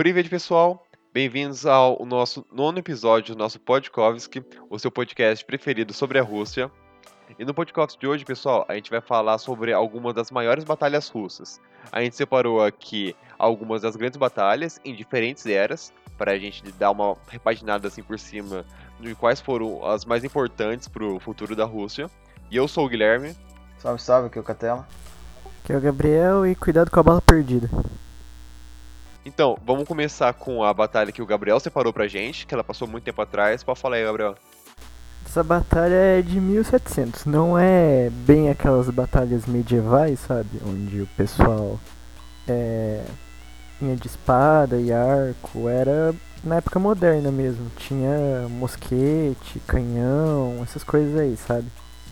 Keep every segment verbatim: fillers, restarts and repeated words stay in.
Privet, pessoal! Bem-vindos ao nosso nono episódio do nosso Podkovsky, o seu podcast preferido sobre a Rússia. E no podcast de hoje, pessoal, a gente vai falar sobre algumas das maiores batalhas russas. A gente separou aqui algumas das grandes batalhas em diferentes eras, para a gente dar uma repaginada assim por cima de quais foram as mais importantes para o futuro da Rússia. E eu sou o Guilherme. Salve, salve, aqui é o Catela. Aqui é o Gabriel e cuidado com a bala perdida. Então, vamos começar com a batalha que o Gabriel separou pra gente, que ela passou muito tempo atrás. Pode falar aí, Gabriel. Essa batalha é de mil e setecentos, não é bem aquelas batalhas medievais, sabe? Onde o pessoal é, tinha de espada e arco, era na época moderna mesmo. Tinha mosquete, canhão, essas coisas aí, sabe?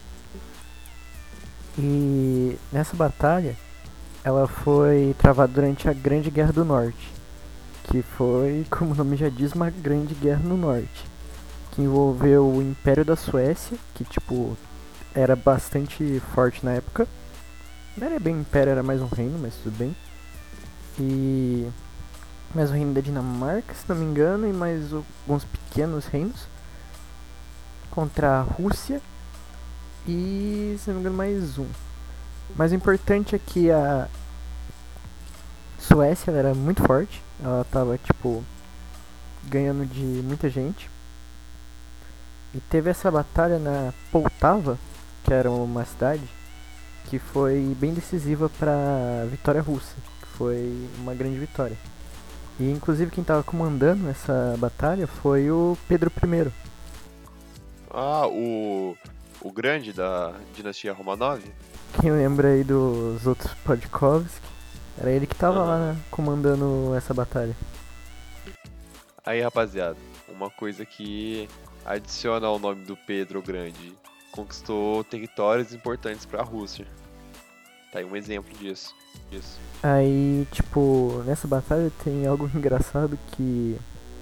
E nessa batalha, ela foi travada durante a Grande Guerra do Norte, que foi, como o nome já diz, uma grande guerra no norte, que envolveu o Império da Suécia, que tipo era bastante forte na época. Não era bem um império, era mais um reino, mas tudo bem. E mais um reino da Dinamarca, se não me engano, e mais alguns pequenos reinos contra a Rússia e, se não me engano, mais um. Mas o importante é que a Suécia ela era muito forte, ela tava tipo ganhando de muita gente. E teve essa batalha na Poltava, que era uma cidade, que foi bem decisiva para a vitória russa, que foi uma grande vitória. E inclusive quem estava comandando essa batalha foi o Pedro I. Ah, o, o grande da dinastia Romanov? Quem lembra aí dos outros Podkovsky, era ele que estava Aham. lá, né, comandando essa batalha. Aí, rapaziada, uma coisa que adiciona ao nome do Pedro o Grande. Conquistou territórios importantes para a Rússia. Tá aí um exemplo disso. disso. Aí, tipo, nessa batalha tem algo engraçado que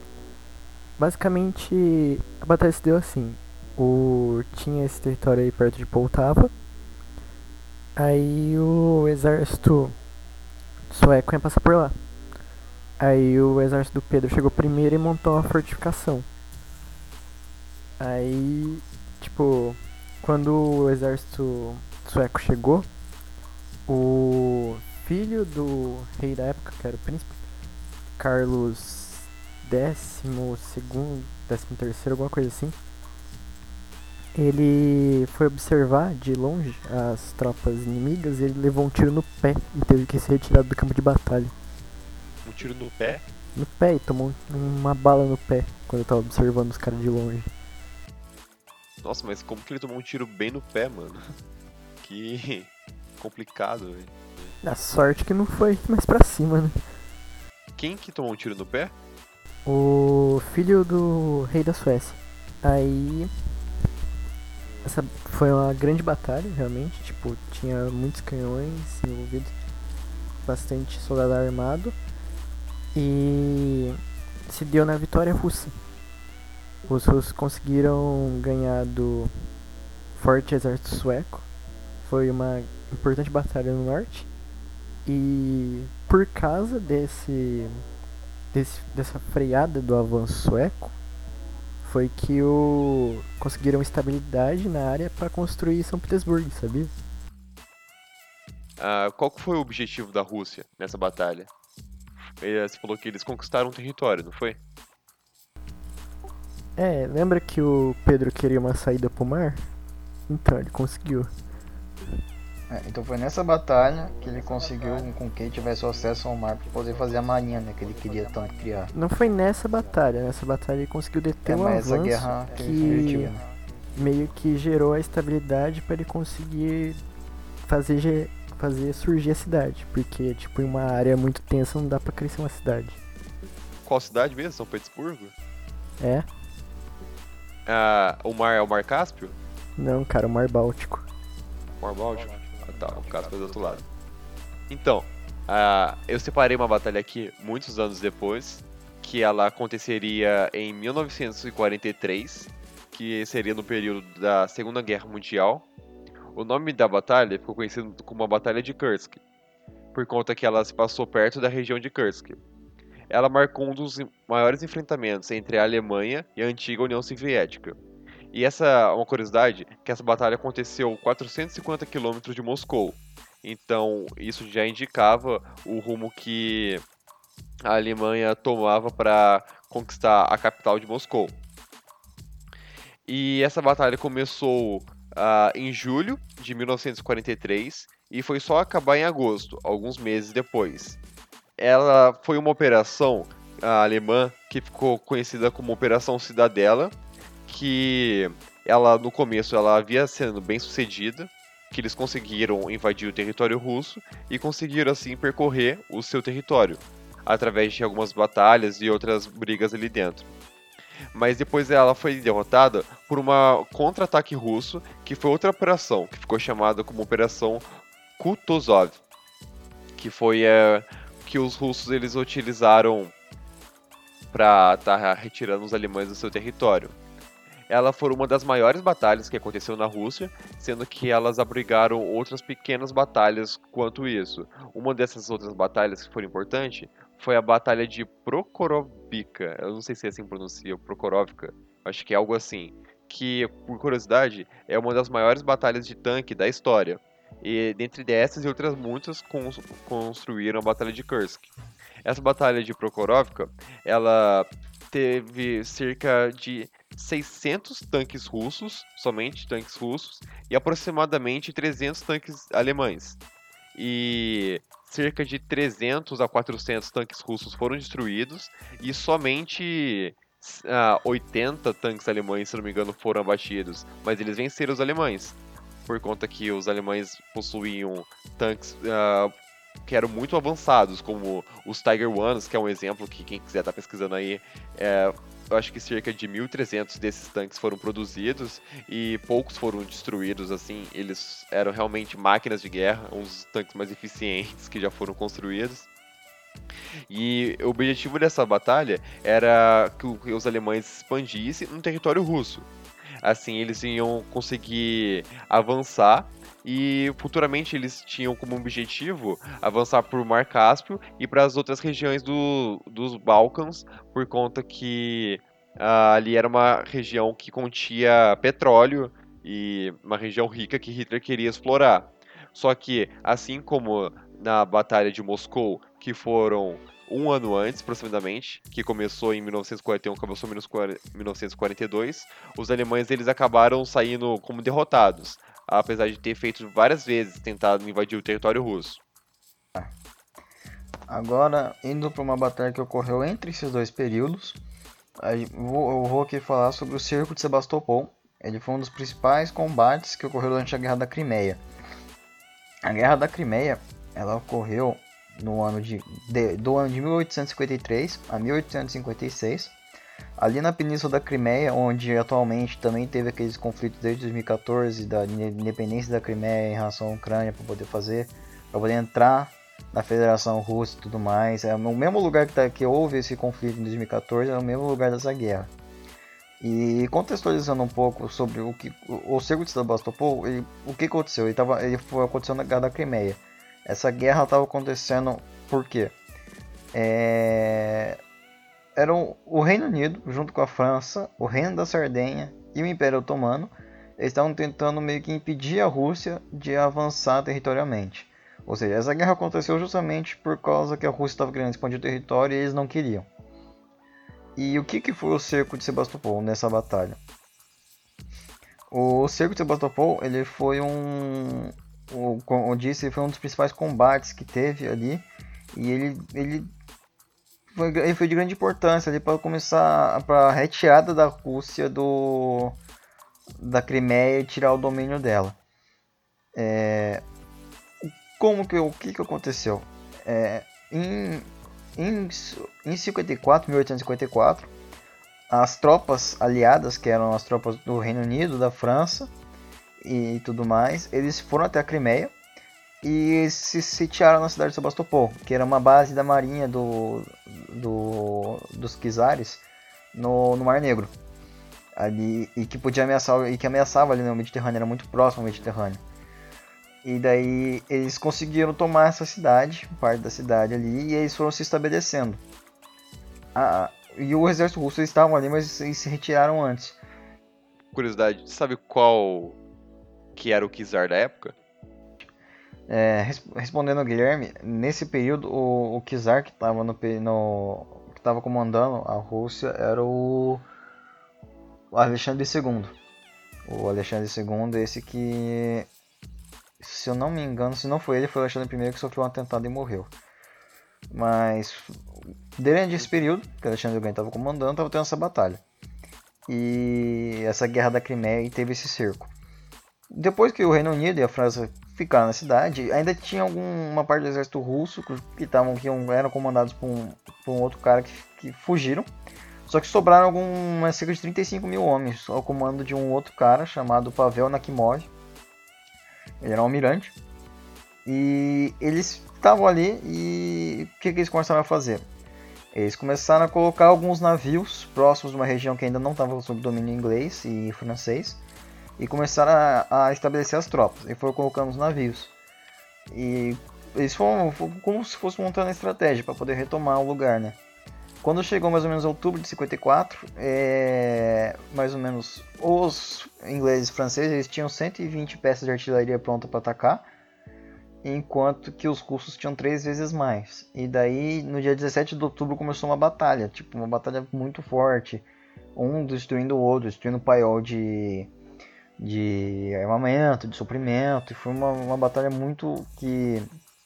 basicamente a batalha se deu assim. O tinha esse território aí perto de Poltava. Aí o exército sueco ia passar por lá. Aí o exército do Pedro chegou primeiro e montou uma fortificação. Aí, tipo, quando o exército sueco chegou, o filho do rei da época, que era o príncipe, Carlos décimo segundo, décimo terceiro, alguma coisa assim, ele foi observar de longe as tropas inimigas e ele levou um tiro no pé e teve que ser retirado do campo de batalha. Um tiro no pé? No pé, e tomou uma bala no pé quando eu tava observando os caras de longe. Nossa, mas como que ele tomou um tiro bem no pé, mano? Que complicado, velho. A sorte que não foi mais pra cima, né? Quem que tomou um tiro no pé? O filho do rei da Suécia. Aí. Essa foi uma grande batalha, realmente. Tipo, tinha muitos canhões envolvidos, bastante soldado armado. E se deu na vitória russa. Os russos conseguiram ganhar do forte exército sueco. Foi uma importante batalha no norte. E por causa desse, desse dessa freada do avanço sueco, foi que o conseguiram estabilidade na área para construir São Petersburgo, sabia? Ah, qual que foi o objetivo da Rússia nessa batalha? Ele- Você falou que eles conquistaram um território, não foi? É, lembra que o Pedro queria uma saída pro mar? Então, ele conseguiu. É, então foi nessa batalha que ele conseguiu com que ele tivesse acesso ao mar para poder fazer a marinha, né, que ele queria tanto criar. Não foi nessa batalha, nessa batalha ele conseguiu deter É, um mas essa avanço guerra teve esse que objetivo, né? meio que gerou a estabilidade para ele conseguir fazer, ge- fazer surgir a cidade. Porque, tipo, em uma área muito tensa não dá pra crescer uma cidade. Qual cidade mesmo? São Petersburgo? É? Ah, o mar é o Mar Cáspio? Não, cara, o Mar Báltico. Mar Báltico? Ah, tá, o Cáspio é do outro lado. Então, ah, eu separei uma batalha aqui muitos anos depois, que ela aconteceria em mil novecentos e quarenta e três, que seria no período da Segunda Guerra Mundial. O nome da batalha ficou conhecido como a Batalha de Kursk, por conta que ela se passou perto da região de Kursk. ela marcou um dos maiores enfrentamentos entre a Alemanha e a antiga União Soviética. E essa é uma curiosidade, que essa batalha aconteceu a quatrocentos e cinquenta quilômetros de Moscou. Então, isso já indicava o rumo que a Alemanha tomava para conquistar a capital de Moscou. E essa batalha começou ah, em julho de mil novecentos e quarenta e três e foi só acabar em agosto, alguns meses depois. Ela foi uma operação ah, alemã que ficou conhecida como Operação Cidadela, que ela no começo ela havia sendo bem sucedida, que eles conseguiram invadir o território russo e conseguiram assim percorrer o seu território através de algumas batalhas e outras brigas ali dentro. Mas depois ela foi derrotada por uma contra-ataque russo, que foi outra operação, que ficou chamada como Operação Kutuzov, que foi é, que os russos eles utilizaram para estar tá retirando os alemães do seu território. Ela foi uma das maiores batalhas que aconteceu na Rússia, sendo que elas abrigaram outras pequenas batalhas quanto isso. Uma dessas outras batalhas que foi importante foi a Batalha de Prokhorovka. Eu não sei se é assim que pronuncia, Prokhorovka. Acho que é algo assim. Que, por curiosidade, é uma das maiores batalhas de tanque da história. E dentre dessas e outras muitas, cons construíram a Batalha de Kursk. Essa Batalha de Prokhorovka, ela teve cerca de seiscentos tanques russos, somente tanques russos, e aproximadamente trezentos tanques alemães. E cerca de trezentos a quatrocentos tanques russos foram destruídos e somente ah, oitenta tanques alemães, se não me engano, foram abatidos. Mas eles venceram os alemães, por conta que os alemães possuíam tanques ah, que eram muito avançados, como os Tiger Ones, que é um exemplo que quem quiser estar tá pesquisando aí, é, eu acho que cerca de mil e trezentos desses tanques foram produzidos e poucos foram destruídos, assim, eles eram realmente máquinas de guerra, uns tanques mais eficientes que já foram construídos. E o objetivo dessa batalha era que os alemães expandissem no território russo. Assim, eles iam conseguir avançar e futuramente eles tinham como objetivo avançar para o Mar Cáspio e para as outras regiões do, dos Balcãs, por conta que ah, ali era uma região que continha petróleo e uma região rica que Hitler queria explorar. Só que, assim como na Batalha de Moscou, que foram um ano antes, aproximadamente, que começou em mil novecentos e quarenta e um, começou em mil novecentos e quarenta e dois, os alemães eles acabaram saindo como derrotados, apesar de ter feito várias vezes tentado invadir o território russo. Agora, indo para uma batalha que ocorreu entre esses dois períodos, eu vou aqui falar sobre o Cerco de Sebastopol. Ele foi um dos principais combates que ocorreu durante a Guerra da Crimeia. A Guerra da Crimeia, ela ocorreu no ano de, de, do ano de mil oitocentos e cinquenta e três a mil oitocentos e cinquenta e seis, ali na Península da Crimeia, onde atualmente também teve aqueles conflitos desde dois mil e quatorze, da independência da Crimeia em relação à Ucrânia, para poder fazer, para poder entrar na Federação Russa e tudo mais. É o mesmo lugar que, tá, que houve esse conflito em dois mil e quatorze, é o mesmo lugar dessa guerra. E contextualizando um pouco sobre o que o, o Cerco de Sebastopol, ele, o que aconteceu? Ele, tava, ele foi acontecendo na Guerra da Crimeia. Essa guerra estava acontecendo por quê? É... Era o Reino Unido, junto com a França, o Reino da Sardenha e o Império Otomano, eles estavam tentando meio que impedir a Rússia de avançar territorialmente. Ou seja, essa guerra aconteceu justamente por causa que a Rússia estava querendo expandir o território e eles não queriam. E o que, que foi o Cerco de Sebastopol nessa batalha? O Cerco de Sebastopol, ele foi um... O, como eu disse, foi um dos principais combates que teve ali, e ele, ele, foi, ele foi de grande importância ali para começar para a retirada da Rússia do, da Crimeia e tirar o domínio dela. É, como que o que, que aconteceu? É, em, em, em cinquenta e quatro, mil oitocentos e cinquenta e quatro, as tropas aliadas, que eram as tropas do Reino Unido, da França e tudo mais, eles foram até a Crimeia e se sitiaram na cidade de Sebastopol, que era uma base da marinha do, do, dos czares no, no Mar Negro, ali, e que podia ameaçar, e que ameaçava ali no Mediterrâneo, era muito próximo ao Mediterrâneo. E daí eles conseguiram tomar essa cidade, parte da cidade ali, e eles foram se estabelecendo. a, e o exército russo eles estavam ali, mas eles se retiraram antes. Curiosidade, sabe qual que era o czar da época? É, res- respondendo ao Guilherme, nesse período o, o czar que estava no, pe- no que estava comandando a Rússia era o, o Alexandre segundo. O Alexandre segundo, esse que, se eu não me engano, se não foi ele, foi o Alexandre primeiro que sofreu um atentado e morreu. Mas durante esse período que o Alexandre o Grande estava comandando, estava tendo essa batalha. E essa guerra da Crimeia e teve esse cerco. Depois que o Reino Unido e a França ficaram na cidade, ainda tinha alguma parte do exército russo que, tavam, que eram comandados por um, por um outro cara que, que fugiram. Só que sobraram algumas cerca de trinta e cinco mil homens ao comando de um outro cara chamado Pavel Nakhimov. Ele era um almirante. E eles estavam ali e o que, que eles começaram a fazer? Eles começaram a colocar alguns navios próximos de uma região que ainda não estava sob domínio inglês e francês e começaram a, a estabelecer as tropas e foram colocando os navios. E eles foram, foram como se fosse montando a estratégia para poder retomar o lugar, né? Quando chegou mais ou menos outubro de cinquenta e quatro, é, mais ou menos os ingleses e franceses eles tinham cento e vinte peças de artilharia pronta para atacar, enquanto que os russos tinham três vezes mais. E daí, no dia dezessete de outubro, começou uma batalha, tipo, uma batalha muito forte. Um destruindo o outro, destruindo o paiol de, de armamento, de suprimento. E foi uma, uma batalha muito que...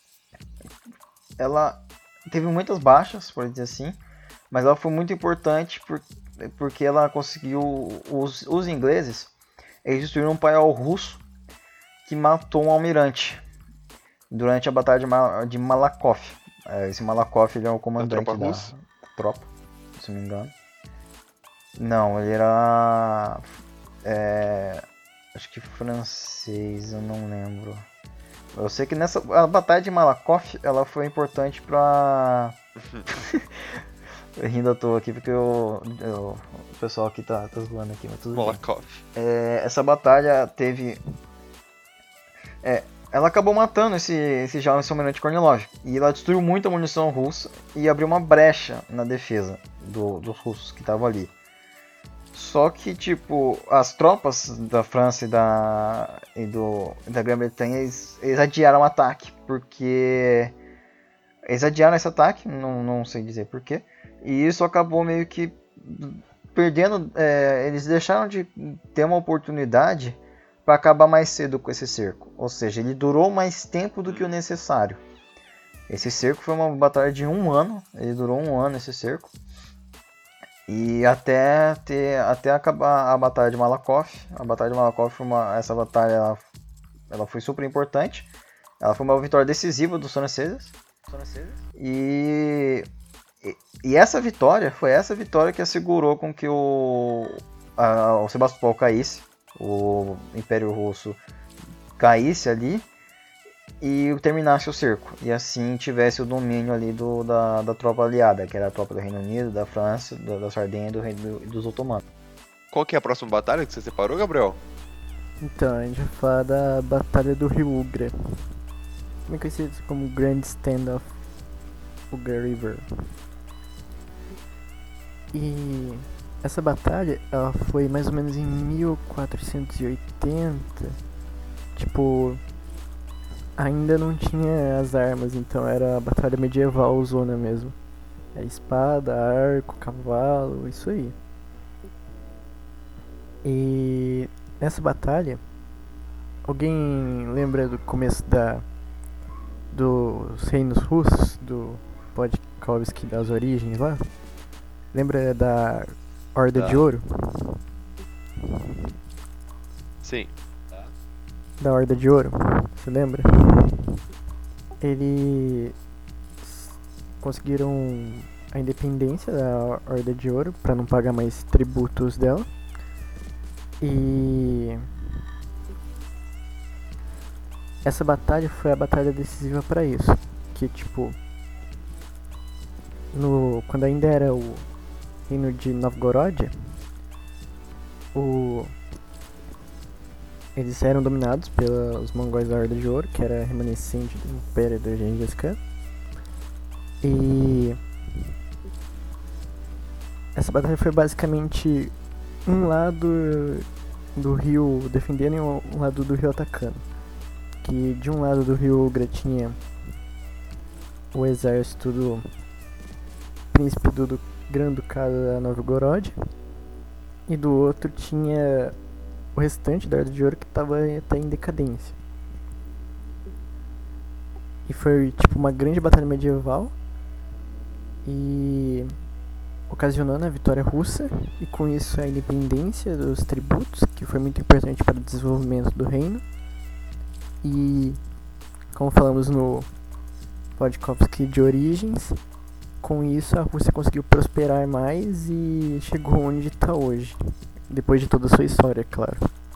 Ela teve muitas baixas, por dizer assim, mas ela foi muito importante por, porque ela conseguiu... Os, os ingleses, eles destruíram um paiol russo que matou um almirante durante a batalha de, Ma de Malakoff. Esse Malakoff ele é o comandante tropa da russa? tropa, se não me engano. Não, ele era... É, acho que francês, eu não lembro. Eu sei que nessa a batalha de Malakoff, ela foi importante pra... eu rindo à toa aqui porque eu, eu, o pessoal aqui tá, tá zoando aqui, mas tudo bem. Malakoff. É, essa batalha teve... É, ela acabou matando esse, esse já esse almirante Kornilov. E ela destruiu muita munição russa e abriu uma brecha na defesa do, dos russos que estavam ali. Só que, tipo, as tropas da França e da, e do, da Grã-Bretanha, eles, eles adiaram o ataque. Porque... Eles adiaram esse ataque, não, não sei dizer porquê. E isso acabou meio que perdendo... É, eles deixaram de ter uma oportunidade para acabar mais cedo com esse cerco. Ou seja, ele durou mais tempo do que o necessário. Esse cerco foi uma batalha de um ano. Ele durou um ano esse cerco. E até, ter, até acabar a batalha de Malakoff. A batalha de Malakoff foi uma, essa batalha ela, ela foi super importante. Ela foi uma vitória decisiva dos franceses. E, e, e essa vitória foi essa vitória que assegurou com que o, a, o Sebastopol caísse. O Império Russo caísse ali e terminasse o cerco. E assim tivesse o domínio ali do, da, da tropa aliada, que era a tropa do Reino Unido, da França, da, da Sardenha e do, do, dos otomanos. Qual que é a próxima batalha que você separou, Gabriel? Então, a gente vai falar da Batalha do Rio Ugra, também conhecido como Grand Standoff Ugra River. E essa batalha, ela foi mais ou menos em mil quatrocentos e oitenta. Tipo, ainda não tinha as armas, então era a batalha medieval zona mesmo. É espada, arco, cavalo, isso aí. E nessa batalha, alguém lembra do começo da dos reinos russos, do Podkovsky, das origens lá? Lembra da Horda Tá. de Ouro? Sim. Da Horda de Ouro, você lembra? Eles conseguiram a independência da Horda de Ouro para não pagar mais tributos dela. E essa batalha foi a batalha decisiva para isso, que tipo, no quando ainda era o reino de Novgorod, o eles eram dominados pelos mongóis da Horda de Ouro, que era remanescente do Império do Gengis Khan. E essa batalha foi basicamente um lado do rio defendendo e um lado do rio atacando. Que de um lado do rio Ugra tinha o exército do príncipe do, do Grande-Ducado da Novgorod, e do outro tinha o restante da Era de Ouro que estava até em decadência. E foi tipo uma grande batalha medieval e ocasionando a vitória russa e com isso a independência dos tributos, que foi muito importante para o desenvolvimento do reino. E como falamos no Podkovsky de Origens, com isso a Rússia conseguiu prosperar mais e chegou onde está hoje, depois de toda a sua história, claro.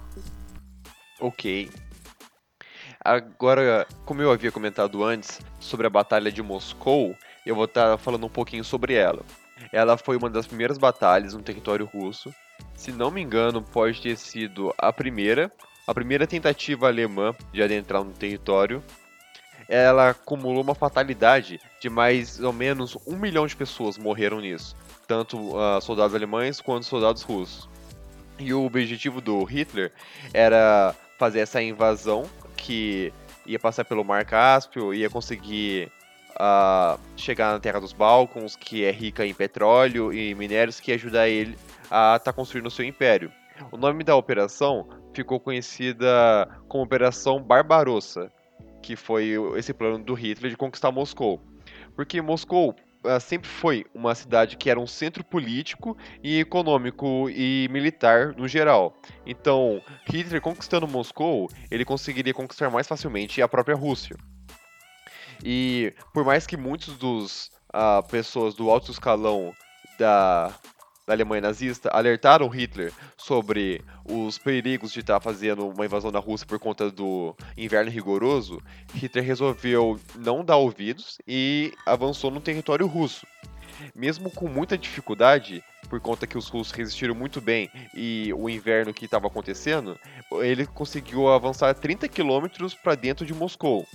Ok. Agora, como eu havia comentado antes sobre a Batalha de Moscou, eu vou estar falando um pouquinho sobre ela. Ela foi uma das primeiras batalhas no território russo. Se não me engano, pode ter sido a primeira, a primeira tentativa alemã de adentrar no território. Ela acumulou uma fatalidade de mais ou menos um milhão de pessoas morreram nisso, tanto uh, soldados alemães quanto soldados russos. E o objetivo do Hitler era fazer essa invasão que ia passar pelo Mar Cáspio, ia conseguir uh, chegar na Terra dos Balcãs, que é rica em petróleo e minérios, que ia ajudar ele a estar tá construindo o seu império. O nome da operação ficou conhecida como Operação Barbarossa, que foi esse plano do Hitler de conquistar Moscou. Porque Moscou uh, sempre foi uma cidade que era um centro político e econômico e militar no geral. Então, Hitler conquistando Moscou, ele conseguiria conquistar mais facilmente a própria Rússia. E por mais que muitos dos uh, pessoas do alto escalão da da Alemanha nazista alertaram Hitler sobre os perigos de estar fazendo uma invasão na Rússia por conta do inverno rigoroso, Hitler resolveu não dar ouvidos e avançou no território russo. Mesmo com muita dificuldade, por conta que os russos resistiram muito bem e o inverno que estava acontecendo, ele conseguiu avançar trinta quilômetros para dentro de Moscou.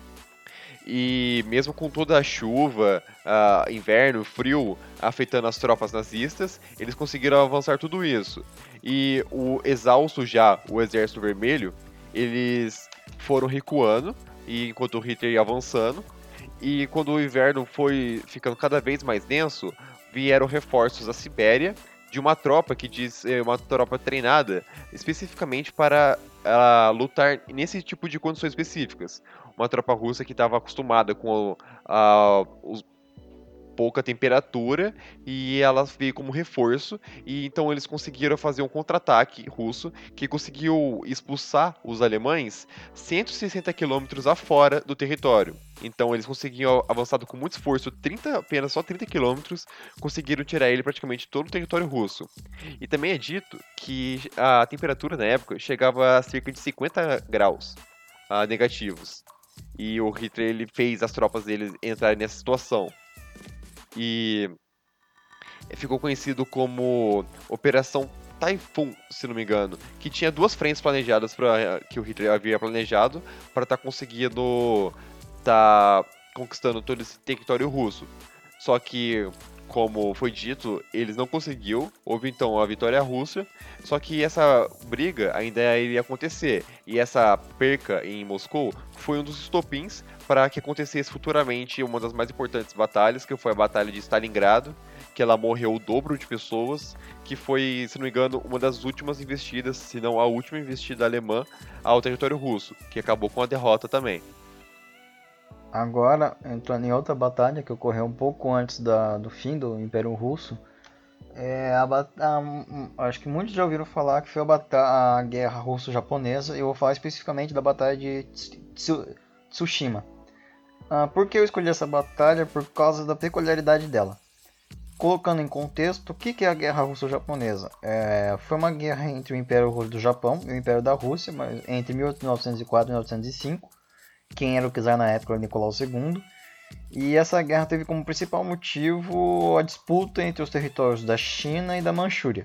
E mesmo com toda a chuva, uh, inverno, frio, afetando as tropas nazistas, eles conseguiram avançar tudo isso. E o exausto já, o Exército Vermelho, eles foram recuando, e enquanto o Hitler ia avançando. E quando o inverno foi ficando cada vez mais denso, vieram reforços da Sibéria de uma tropa que diz ser uma tropa treinada especificamente para uh, lutar nesse tipo de condições específicas. Uma tropa russa que estava acostumada com a, os, pouca temperatura e ela veio como reforço, e então eles conseguiram fazer um contra-ataque russo que conseguiu expulsar os alemães cento e sessenta quilômetros afora do território. Então eles conseguiram, avançado com muito esforço, trinta, apenas só trinta quilômetros, conseguiram tirar ele praticamente todo o território russo. E também é dito que a temperatura na época chegava a cerca de cinquenta graus uh, negativos. E o Hitler ele fez as tropas dele entrarem nessa situação. E ficou conhecido como Operação Taifun, se não me engano, que tinha duas frentes planejadas para que o Hitler havia planejado para estar tá conseguindo estar tá conquistando todo esse território russo. Só que, como foi dito, eles não conseguiu, houve então a vitória russa, só que essa briga ainda iria acontecer, e essa perca em Moscou foi um dos estopins para que acontecesse futuramente uma das mais importantes batalhas, que foi a Batalha de Stalingrado, que ela morreu o dobro de pessoas, que foi, se não me engano, uma das últimas investidas, se não a última investida alemã ao território russo, que acabou com a derrota também. Agora, entrando em outra batalha que ocorreu um pouco antes da, do fim do Império Russo, é a, a, acho que muitos já ouviram falar que foi a, batalha, a Guerra Russo-Japonesa, e eu vou falar especificamente da Batalha de Tsushima. Ah, por que eu escolhi essa batalha? Por causa da peculiaridade dela. Colocando em contexto, o que é a Guerra Russo-Japonesa? É, foi uma guerra entre o Império Russo do Japão e o Império da Rússia, mas entre mil novecentos e quatro e mil novecentos e cinco. Quem era o czar na época era Nicolau segundo. E essa guerra teve como principal motivo a disputa entre os territórios da China e da Manchúria.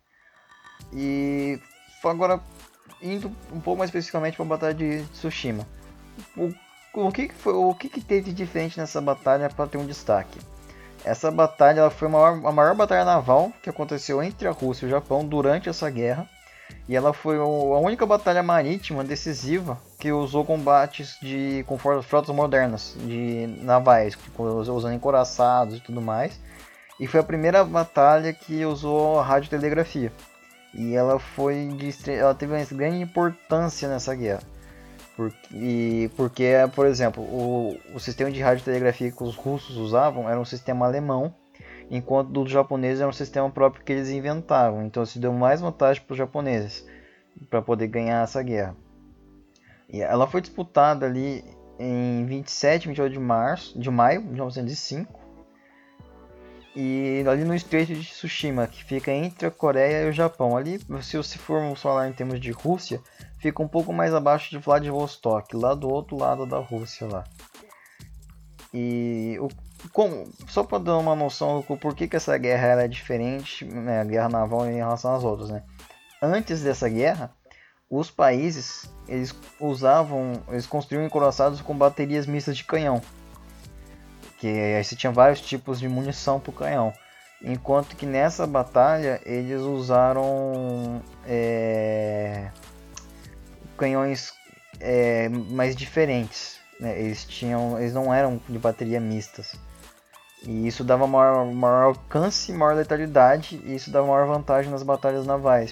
E agora, indo um pouco mais especificamente para a Batalha de Tsushima. O, o, que, que, foi, o que, que teve de diferente nessa batalha para ter um destaque? Essa batalha ela foi a maior, a maior batalha naval que aconteceu entre a Rússia e o Japão durante essa guerra. E ela foi o, a única batalha marítima decisiva que usou combates de, com frotas modernas, de navais, usando encouraçados e tudo mais. E foi a primeira batalha que usou a radiotelegrafia. E ela foi de, ela teve uma grande importância nessa guerra. Porque, porque por exemplo, o, o sistema de radiotelegrafia que os russos usavam era um sistema alemão, enquanto do japonês era um sistema próprio que eles inventavam. Então isso deu mais vantagem para os japoneses para poder ganhar essa guerra. E ela foi disputada ali em vinte e sete e vinte e oito de março, de maio de mil novecentos e cinco. E ali no Estreito de Tsushima, que fica entre a Coreia e o Japão. Ali, se você formos falar em termos de Rússia, fica um pouco mais abaixo de Vladivostok, lá do outro lado da Rússia lá. E o, como, só para dar uma noção do porquê que essa guerra era diferente, né, a guerra naval em relação às outras, né? Antes dessa guerra, os países eles usavam, eles construíam encouraçados com baterias mistas de canhão. Que aí você tinha vários tipos de munição para o canhão. Enquanto que nessa batalha eles usaram é, canhões é, mais diferentes. Né? Eles, tinham, eles não eram de bateria mistas. E isso dava maior, maior alcance, maior letalidade. E isso dava maior vantagem nas batalhas navais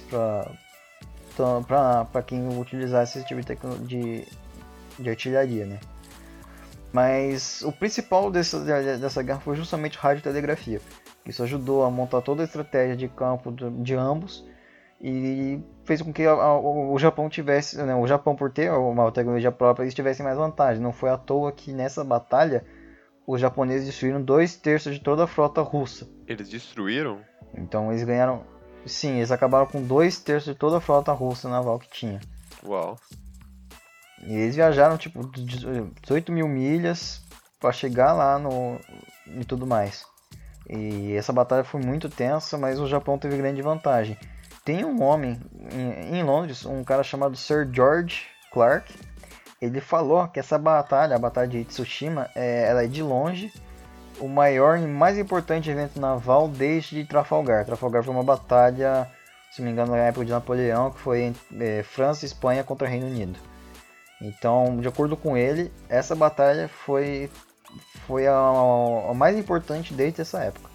para quem utilizasse esse tipo de, de, de artilharia. Né? Mas o principal dessa, dessa guerra foi justamente a radiotelegrafia. Isso ajudou a montar toda a estratégia de campo de ambos e fez com que a, a, o Japão tivesse, né, o Japão por ter uma tecnologia própria, eles tivessem mais vantagem. Não foi à toa que nessa batalha os japoneses destruíram dois terços de toda a frota russa. Eles destruíram? Então eles ganharam, sim, eles acabaram com dois terços de toda a frota russa naval que tinha. Uau. E eles viajaram tipo dezoito mil milhas para chegar lá no e tudo mais. E essa batalha foi muito tensa, mas o Japão teve grande vantagem. Tem um homem em, em Londres, um cara chamado Sir George Clark. Ele falou que essa batalha, a batalha de Tsushima, é, ela é de longe o maior e mais importante evento naval desde Trafalgar. Trafalgar foi uma batalha, se não me engano, na época de Napoleão, que foi é, França e Espanha contra o Reino Unido. Então, de acordo com ele, essa batalha foi, foi a, a mais importante desde essa época.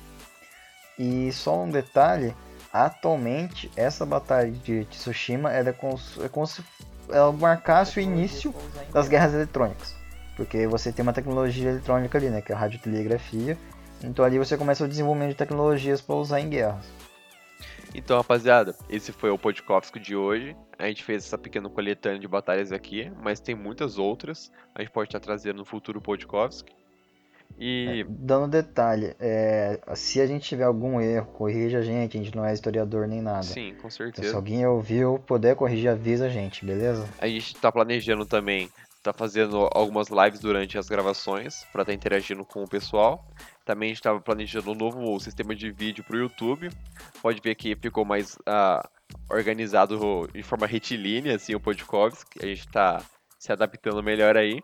E só um detalhe, atualmente essa batalha de Tsushima é como, é como se ela marcasse o início das guerras eletrônicas. Porque você tem uma tecnologia eletrônica ali, né, que é a radiotelegrafia. Então ali você começa o desenvolvimento de tecnologias para usar em guerras. Então, rapaziada, esse foi o Podkovski de hoje. A gente fez essa pequena coletânea de batalhas aqui, mas tem muitas outras. A gente pode estar trazendo no futuro Podkovski. E... É, dando detalhe, é, se a gente tiver algum erro, corrija a gente, a gente não é historiador nem nada. Sim, com certeza. Então, se alguém ouviu, puder corrigir, avisa a gente, beleza? A gente tá planejando também, tá fazendo algumas lives durante as gravações, para estar tá interagindo com o pessoal. Também a gente tava planejando um novo sistema de vídeo pro YouTube. Pode ver que ficou mais uh, organizado de forma retilínea, assim, o Podkovski. A gente tá se adaptando melhor aí.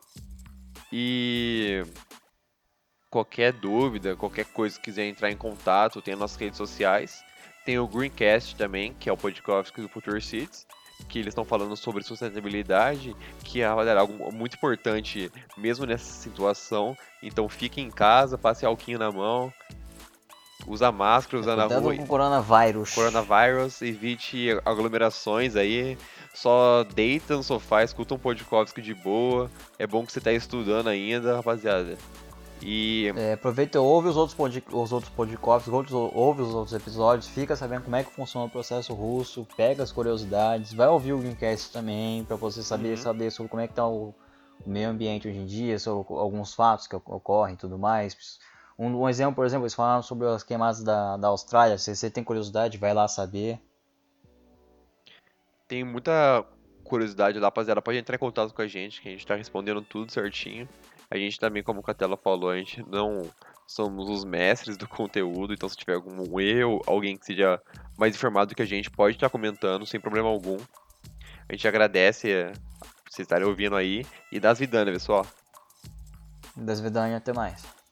E... qualquer dúvida, qualquer coisa que quiser entrar em contato, tem as nossas redes sociais. Tem o Greencast também, que é o Podkovski do Future Cities, que eles estão falando sobre sustentabilidade, que é algo muito importante mesmo nessa situação. Então fique em casa, passe álcool na mão, usa máscara, usa na rua. Com coronavírus. Coronavírus, evite aglomerações aí. Só deita no sofá, escuta um Podkovski de boa. É bom que você tá estudando ainda, rapaziada. E... É, aproveita e ouve os outros, pod, os outros podcasts, ouve os outros episódios, fica sabendo como é que funciona o processo russo, pega as curiosidades, vai ouvir o Greencast também, para você saber, uhum. saber sobre como é que está o, o meio ambiente hoje em dia, sobre alguns fatos que ocorrem e tudo mais. Um, um exemplo, por exemplo, eles falaram sobre as queimadas da, da Austrália, se você tem curiosidade, vai lá saber. Tem muita curiosidade lá, rapaziada, pode entrar em contato com a gente, que a gente está respondendo tudo certinho. A gente também, como o Catela falou, a gente não somos os mestres do conteúdo, então se tiver algum erro, alguém que seja mais informado que a gente, pode estar comentando sem problema algum. A gente agradece por vocês estarem ouvindo aí e das vidanas, pessoal. Das vidanas, até mais.